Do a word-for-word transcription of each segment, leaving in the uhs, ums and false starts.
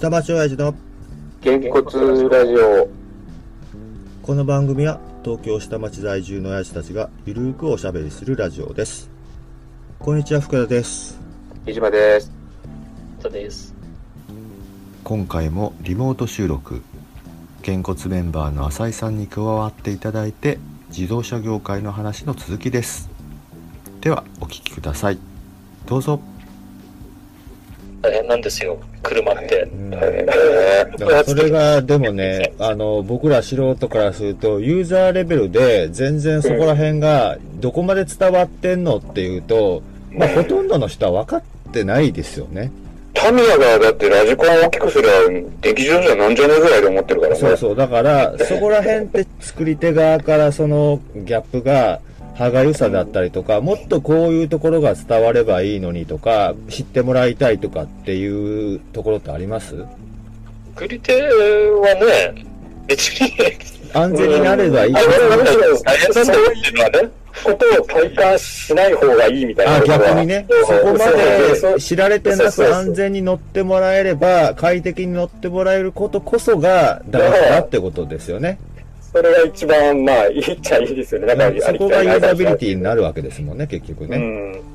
下町親父のげんこつラジオ。 この番組は東京下町在住の親父たちがゆるーくおしゃべりするラジオです。こんにちは、福田です。 飯島です。 そうです。 今回もリモート収録、げんこつメンバーの浅井さんに加わっていただいて、自動車業界の話の続きです。ではお聞きください。どうぞ。 大変なんですよ、車って。 うん、だからそれがでもね、あの僕ら素人からするとユーザーレベルで全然そこら辺がどこまで伝わってんのっていうと、まあ、ほとんどの人は分かってないですよね。 タミヤがだってラジコンを大きくすれば電気自動車何十年ぐらいで思ってるからね。 そうそう、だからそこら辺って作り手側からそのギャップが歯がゆさだったりとか、もっとこういうところが伝わればいいのにとか、知ってもらいたいとかっていうところってあります？ 作り手はね、別に安全になればいい。 あれはむしろ大変なんだよっていうのはね、ことを体感しない方がいいみたいな。 あ、逆にね、そこまで知られてなく安全に乗ってもらえれば、快適に乗ってもらえることこそが大事だってことですよね。 それが一番まあいいっちゃいいですよね。だからそこがユーザビリティになるわけですもんね、結局ね。うん、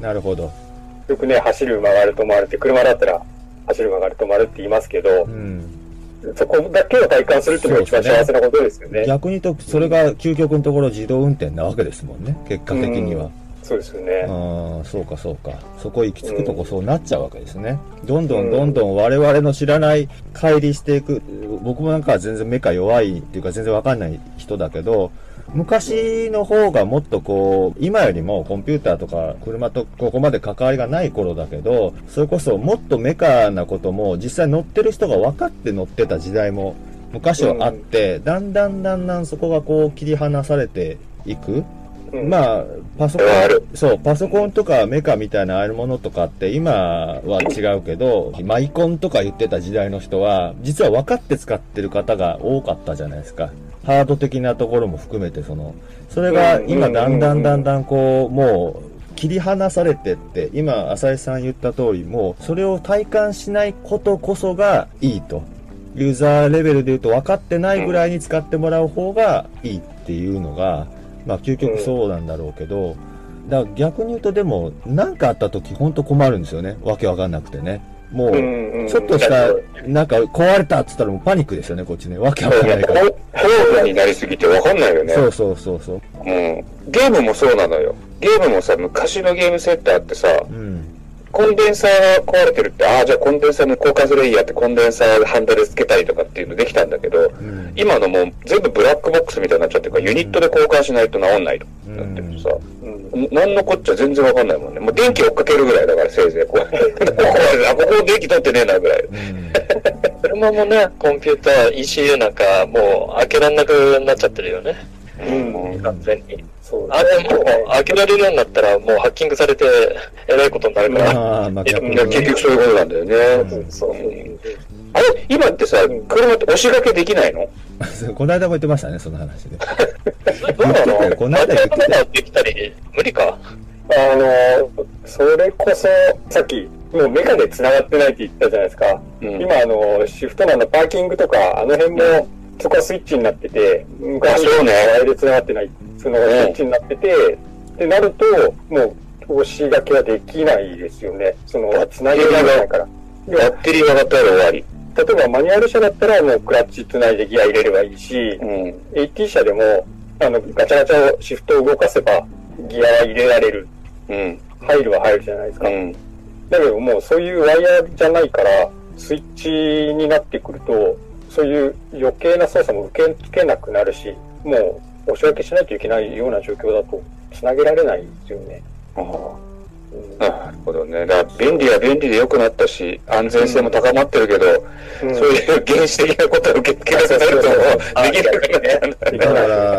なるほど。 よくね、走る曲がる止まるって、車だったら走る曲がる止まるって言いますけど、うん、そこだけを体感するっていうのが一番幸せなことですよね。 逆に言うと、それが究極のところ自動運転なわけですもんね、結果的には。うん、 そうですよね。 ああ、そうかそうか。そこ行き着くとこそうなっちゃうわけですね。うん、どんどんどんどん我々の知らない乖離していく。僕もなんか全然メカ弱いっていうか全然わかんない人だけど、昔の方がもっとこう、今よりもコンピューターとか車とここまで関わりがない頃だけど、それこそもっとメカなことも実際乗ってる人が分かって乗ってた時代も昔はあって、うん、だんだんだんだんそこがこう切り離されていく。うん、まあ、パソコン、そう、パソコンとかメカみたいなああいうものとかって今は違うけど、マイコンとか言ってた時代の人は、実は分かって使ってる方が多かったじゃないですか。ハード的なところも含めて、その、それが今だんだんだんだんこう、もう、切り離されてって、今、浅井さん言った通り、もう、それを体感しないことこそがいいと。ユーザーレベルで言うと分かってないぐらいに使ってもらう方がいいっていうのが、まあ究極そうなんだろうけど、だから逆に言うとでも何かあった時本当困るんですよね。わけわかんなくてね。もうちょっとしたなんか壊れたっつったらもうパニックですよね、こっちね。わけわかんないから。 高度になりすぎてわかんないよね。 そうそうそうそう。 うん。ゲームもそうなのよ。ゲームもさ、昔のゲームセットあってさ、うん、コンデンサーが壊れてるって、ああ、じゃあコンデンサーの交換すればいいやってコンデンサーハンダルつけたりとかっていうのできたんだけど、うん、今のもう全部ブラックボックスみたいになっちゃってるから、ユニットで交換しないと治んないと。うん、なってるさ、うん、なんのこっちゃ全然わかんないもんね。もう電気追っかけるぐらいだから、せいぜいこう。あ、ここ電気取ってねえなぐらい。うん、 車もね、コンピューター、イーシーユー なんかもう開けられなくなっちゃってるよね。うん、完全に。そうあれもう開けられるようになったらもうハッキングされてえらいことになるから。 あ、まあ、結局そういうことなんだよね。うん、そう。あれ今ってさ、車って押し掛けできないの？ この間も言ってましたね、その話で。 どうなの？この間言ってた。できたり無理か。 あのそれこそさっきもうメカで繋がってないって言ったじゃないですか。うん、今あのシフトマンのパーキングとかあの辺も、うん、そこはスイッチになってて、昔はね、ワイヤレス繋がってない、そのスイッチになってて、ってなると、もう、押し掛けはできないですよね。その、繋げられないから。バッテリーが上がったら終わり。例えばマニュアル車だったらもうクラッチ繋いでギア入れればいいし、うん、エーティー 車でも、あの、ガチャガチャをシフトを動かせば、ギアは入れられる。うん。入るは入るじゃないですか。うん。だけどもうそういうワイヤーじゃないから、スイッチになってくると、そういう余計な操作も受け付けなくなるし、もう押し分けしないといけないような状況だと繋げられないですよね。ああ、うん、なるほどね。だから便利は便利で良くなったし、安全性も高まってるけど、うん、そういう原始的なことを受け付けなくなるとできなくなっちゃうんだね。 だから、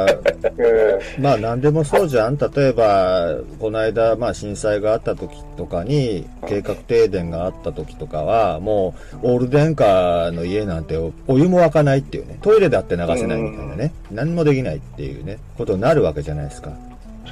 うん、まあ何でもそうじゃん。例えば、この間、まあ震災があった時とかに、計画停電があった時とかは、もうオール電化の家なんてお湯も沸かないっていうね、トイレだって流せないみたいなね、うん、何もできないっていうね、ことになるわけじゃないですか。 そっか。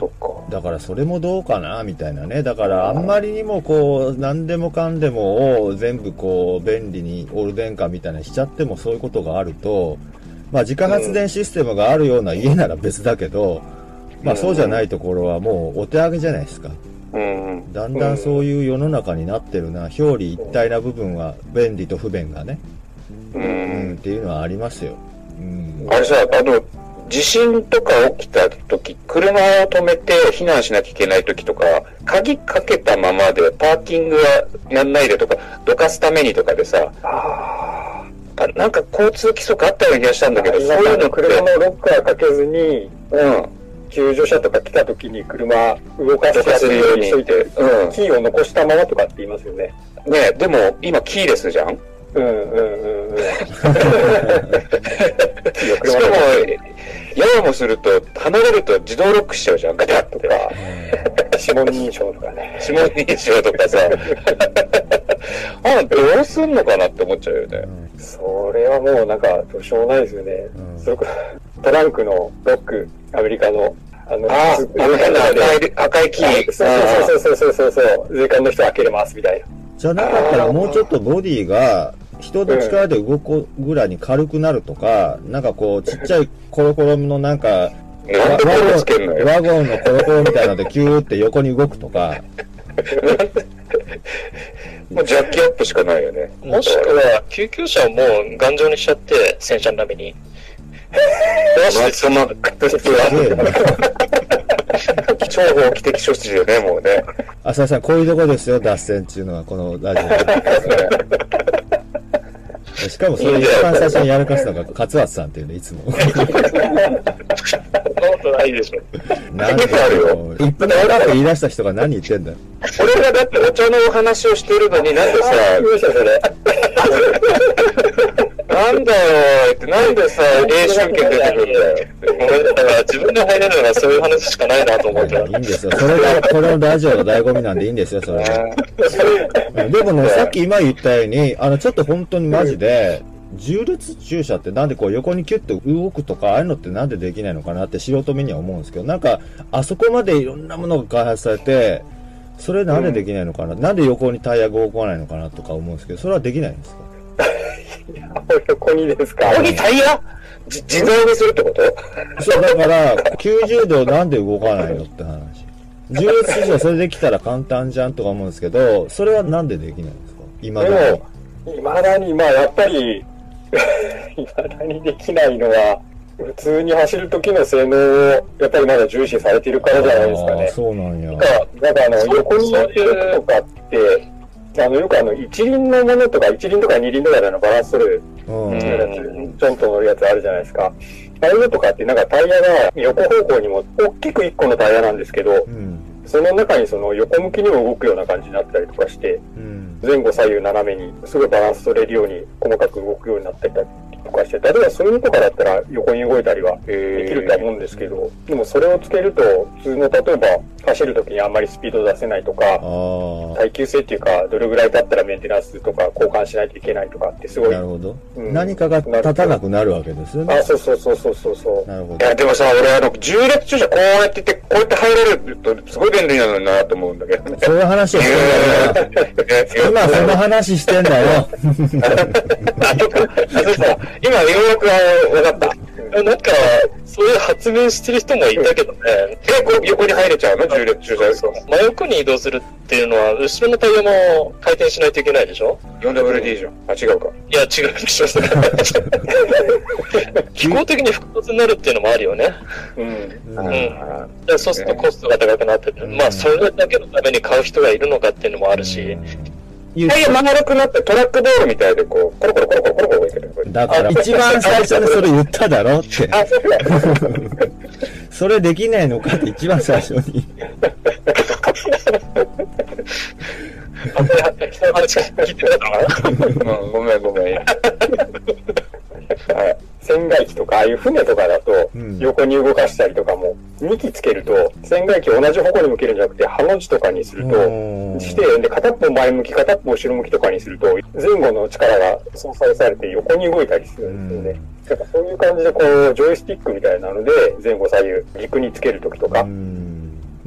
だからそれもどうかなみたいなね。だからあんまりにもこう何でもかんでもを全部こう便利にオール電化みたいなしちゃってもそういうことがあると、まあ自家発電システムがあるような家なら別だけど、まあそうじゃないところはもうお手上げじゃないですか。だんだんそういう世の中になってるな。表裏一体な部分は便利と不便がね、うん、うん、っていうのはありますよ。うん、 あれさ、あの地震とか起きた時、車を止めて避難しなきゃいけない時とか、鍵かけたままでパーキングはやんないでとか、どかすためにとかでさ、ああ、なんか交通規則あったような気がしたんだけど、 そういうの車のロッカーかけずに、うん、救助者とか来た時に車動かしてやるようにしといて、うん、キーを残したままとかって言いますよね。 ねえ、でも今キーレスじゃん。うんうんうんうん。しかも、ややもすると、離れると自動ロックしちゃうじゃん、ガチャッとか。 指紋認証とかね。 指紋認証とかさ。あ、どうすんのかなって思っちゃうよね。 うん、それはもうなんか、どうしようもないですよね。うん、それこそトランクのロック、アメリカの。 あの、ああ、赤い、赤いキー。 そうそうそうそうそうそう。税関の人開けれますみたいな。 じゃなかったらもうちょっとボディが人の力で動くぐらいに軽くなるとか、うん、なんかこうちっちゃいコロコロのなんかワゴンのコロコロみたいなのでキューって横に動くとかもうジャッキアップしかないよね。 もしくは救急車をもう頑丈にしちゃって戦車並みにどうしてその形は超法規的処置よね、もうね。 浅井さん、こういうとこですよ、脱線っていうのは、このラジオ。しかも、それ一番最初にやらかすのが、勝俣さんっていうね、いつも。 そんなことないでしょ。 なんでだよ。いっぷんで分かって言い出した人が何言ってんだよ。 俺がだってお茶のお話をしてるのに、なんでさ、なんだよって、なんでさ、英春権出てくるんだよ。 ごめん、だから自分で入れるのがそういう話しかないなと思って。いいんですよ。それが、このラジオの醍醐味なんでいいんですよ、それは。でもね、さっき今言ったように、あの、ちょっと本当にマジで、縦列駐車ってなんでこう横にキュッと動くとか、ああいうのってなんでできないのかなって素人目には思うんですけど、なんか、あそこまでいろんなものが開発されて、それなんでできないのかな、うん、なんで横にタイヤが動かないのかなとか思うんですけど、それはできないんですか？ 横にですか？ 横にタイヤ自動にするってこと？ そう、だから、きゅうじゅうどなんで動かないのって話。縦列駐車それできたら簡単じゃんとか思うんですけど、それはなんでできないんですか？今だに。 今だに、まあやっぱり、今だにできないのは、普通に走る時の性能をやっぱりまだ重視されているからじゃないですかね。 そうなんや。 だからあの横に乗ってるとかって、あのよくあの一輪のものとか一輪とか二輪とかでのバランス取るやつ、うん、ちょんと乗るやつあるじゃないですか。ああいうのとかってなんかタイヤが横方向にも大きく一個のタイヤなんですけど、うん、その中にその横向きにも動くような感じになったりとかして、うん、前後左右斜めにすごいバランス取れるように細かく動くようになってたりとかして、例えばそういうのとかだったら横に動いたりはできるとは思うんですけど、でもそれをつけると普通の例えば走るときにあんまりスピード出せないとか、耐久性っていうかどれぐらい経ったらメンテナンスとか交換しないといけないとかってすごい。 なるほど。うん、何かが立たなくなるわけですよね。 あ、そうそうそうそうそうそう。 なるほど。 いやでもさ、俺あの縦列駐車こうやっててこうやって入れるとすごい便利なのになと思うんだけどね。 そういう話をしてんだよ。今その話してんだよ。あ、 そっか。あ、そうそう。今ようやく分かった。 なんか、そういう発明してる人もいたけどね。 え、こう横に入れちゃうの？縦列駐車ですか？ 真横に移動するっていうのは、後ろのタイヤも回転しないといけないでしょ？ フォーダブリューディー じゃん。あ、違うか。 いや、違うでしょ。気候的に複雑になるっていうのもあるよね。うん。うん。そうするとコストが高くなってる。まあ、それだけのために買う人がいるのかっていうのもあるし。 タイヤ曲がらくなってトラックボールみたいでこうコロコロコロコロコロコロ動いてる。 だから一番最初にそれ言っただろって。あ、そうだ。それできないのかって一番最初に。 人の話聞いてたかな。うん、ごめんごめん。 はい。船外機とかああいう船とかだと横に動かしたりとかもにきつけると船外機を同じ方向に向けるんじゃなくてハの字とかにするとしてで片っぽ前向き片っぽ後ろ向きとかにすると前後の力が相殺されて横に動いたりするんですよね。だからそういう感じでこうジョイスティックみたいなので前後左右軸につけるときとか。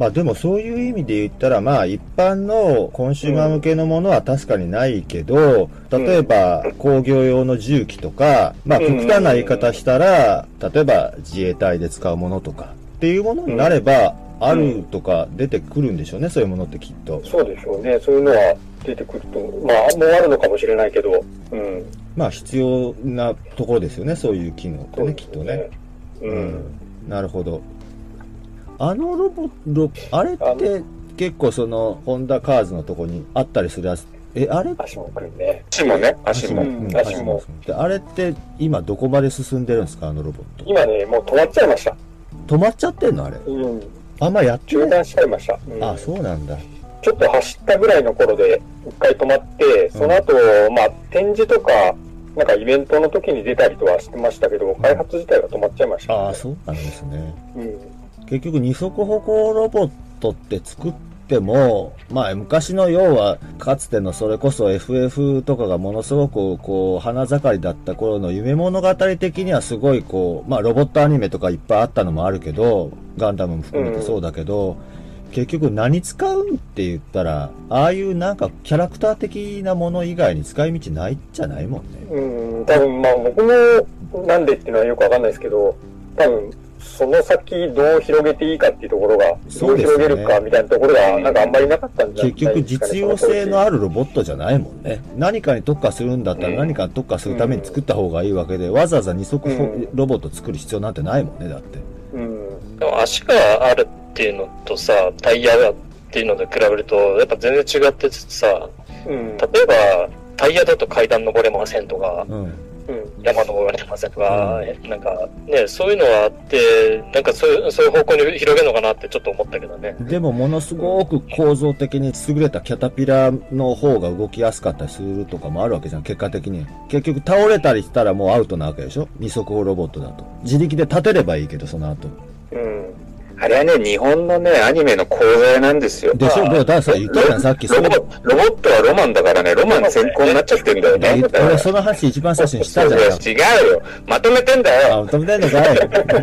まあでもそういう意味で言ったら、まあ一般のコンシューマー向けのものは確かにないけど、例えば工業用の重機とか、まあ極端な言い方したら、例えば自衛隊で使うものとかっていうものになれば、あるとか出てくるんでしょうね、そういうものってきっと。 そうでしょうね。そういうのは出てくると、まあもうあるのかもしれないけど、うん。 まあ必要なところですよね、そういう機能ってね、きっとね。 うん。うん、 なるほど。あのロボロあれって結構そのホンダカーズのとこにあったりするやつ、えあれ足もくんね。 足もね、足も、 うん、足も。であれって今どこまで進んでるんですか、あのロボット。 今ね、もう止まっちゃいました。 止まっちゃってんのあれ。 うん。 あんまやって中断しちゃいました。 うん、あ、そうなんだ。 ちょっと走ったぐらいの頃で一回止まって、その後、うん、まあ展示とかなんかイベントの時に出たりとはしてましたけど、開発自体が止まっちゃいました、ね。 ああ、そうなんですね。 うん。 結局二足歩行ロボットって作っても、まあ昔の要はかつてのそれこそ エフエフ とかがものすごくこう花盛りだった頃の夢物語的にはすごいこう、まあロボットアニメとかいっぱいあったのもあるけど、ガンダムも含めてそうだけど、うん、結局何使うんって言ったら、ああいうなんかキャラクター的なもの以外に使い道ないじゃないもんね。 うん、多分まあ僕もなんでっていうのはよくわかんないですけど、多分その先どう広げていいかっていうところが、どう広げるかみたいなところがなんかあんまりなかったんじゃないですかね。 結局実用性のあるロボットじゃないもんね。何かに特化するんだったら何かに特化するために作った方がいいわけで、わざわざ二足ロボット作る必要なんてないもんね、だって。 うん。でも足があるっていうのとさ、タイヤがっていうので比べると、やっぱ全然違ってさ、うん、例えばタイヤだと階段登れませんとか、うんうん、山登れませんとか、うん、なんかね、そういうのはあって、なんかそういう、そういう方向に広げるのかなってちょっと思ったけどね。 でもものすごく構造的に優れたキャタピラの方が動きやすかったりするとかもあるわけじゃん、結果的に。結局倒れたりしたらもうアウトなわけでしょ、二足歩ロボットだと。自力で立てればいいけど、その後。 うん。あれはね、日本のね、アニメの構造なんですよ。 でしょ、だからさ、言ったじゃん、さっき。 ロボ、ロボットはロマンだからね、ロマン先行になっちゃってんだよね。 俺、その話一番最初にしたじゃん。 違うよ。まとめてんだよ。 あ、まとめてんのかい。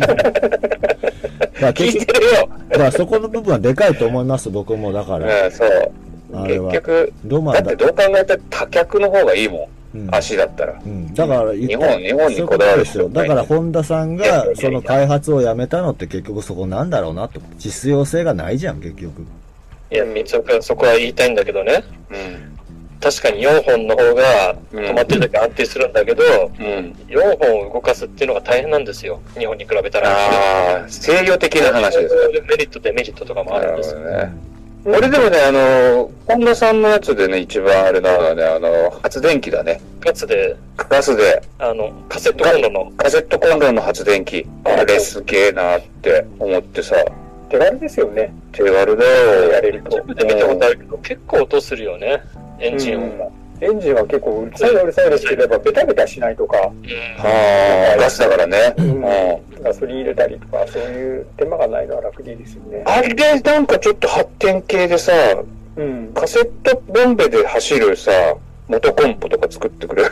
聞いてるよ。 だからそこの部分はでかいと思います、僕も。だから。 うん、そう。結局、ロマンだ。だってどう考えたら多脚の方がいいもん。うん、足だったら。 うん。だから、 日本、日本にこだわるですよ。だから、本田さんが、その開発をやめたのって結局そこなんだろうなと。実用性がないじゃん、結局。 いや、そこは、そこは言いたいんだけどね。うん。確かによんほんの方が止まってるだけ安定するんだけど、うん、よんほんを動かすっていうのが大変なんですよ。日本に比べたら。 ああ、制御的な話ですか。 メリット、デメリットとかもあるんですよね。 俺でもね、あの、本田さんのやつでね、一番あれなのはね、あの、発電機だね。 ガスで。 ガスで。 あの、カセットコンロの。 カセットコンロの発電機。あれすげえなって思ってさ。 手軽ですよね。 手軽だよ。 やれると。自分で見たことあるけど、結構音するよね。エンジン音が。 エンジンは結構うるさいうるさいですければ、ベタベタしないとか。はあ、ガスだからね。うん。 ガソリン入れたりとか、そういう手間がないのは楽でいいですよね。 あれでなんかちょっと発展系でさ、うん、カセットボンベで走るさ、元コンポとか作ってくれる。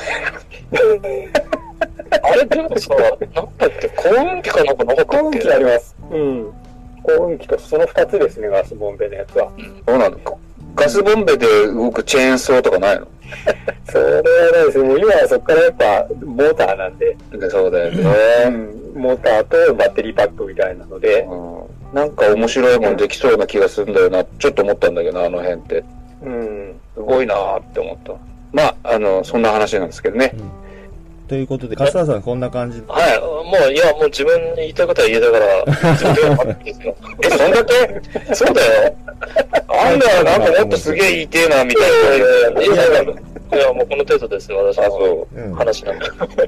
あれでもさ、なんだっけ、幸運機かなんかなかったっけ？ 幸運機あります。うん。幸運機とその二つですね、ガスボンベのやつは。 そうなのか。ガスボンベで動くチェーンソーとかないの？ それはないです。もう今はそこからやっぱモーターなんで。 そうだよね、 うん。モーターとバッテリーパッドみたいなので。 うん、なんか面白いもんできそうな気がするんだよな。ちょっと思ったんだけど、あの辺って。うん。すごいなーって思った。まあ、あの、そんな話なんですけどね。うんということで、笠原さんこんな感じ。 はい、もう、いや、もう自分に言いたいことは言えたから、自分では待ってですよ。 え、そんだけそうだよ。あんなはなんかもっとすげえ言いてえな、みたいな。 いや、いや、もうこの程度ですよ、私の話なんで。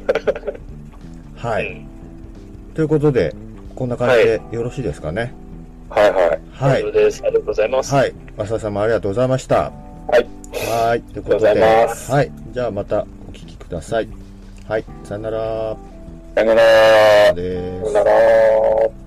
はい。ということで、こんな感じでよろしいですかね。 はいはい。 はい。そうです。ありがとうございます。 はい。増田さんもありがとうございました。 はい。 はい。ということで、はい。じゃあまたお聞きください。はい。さよなら。 さよなら。 です。 さよなら。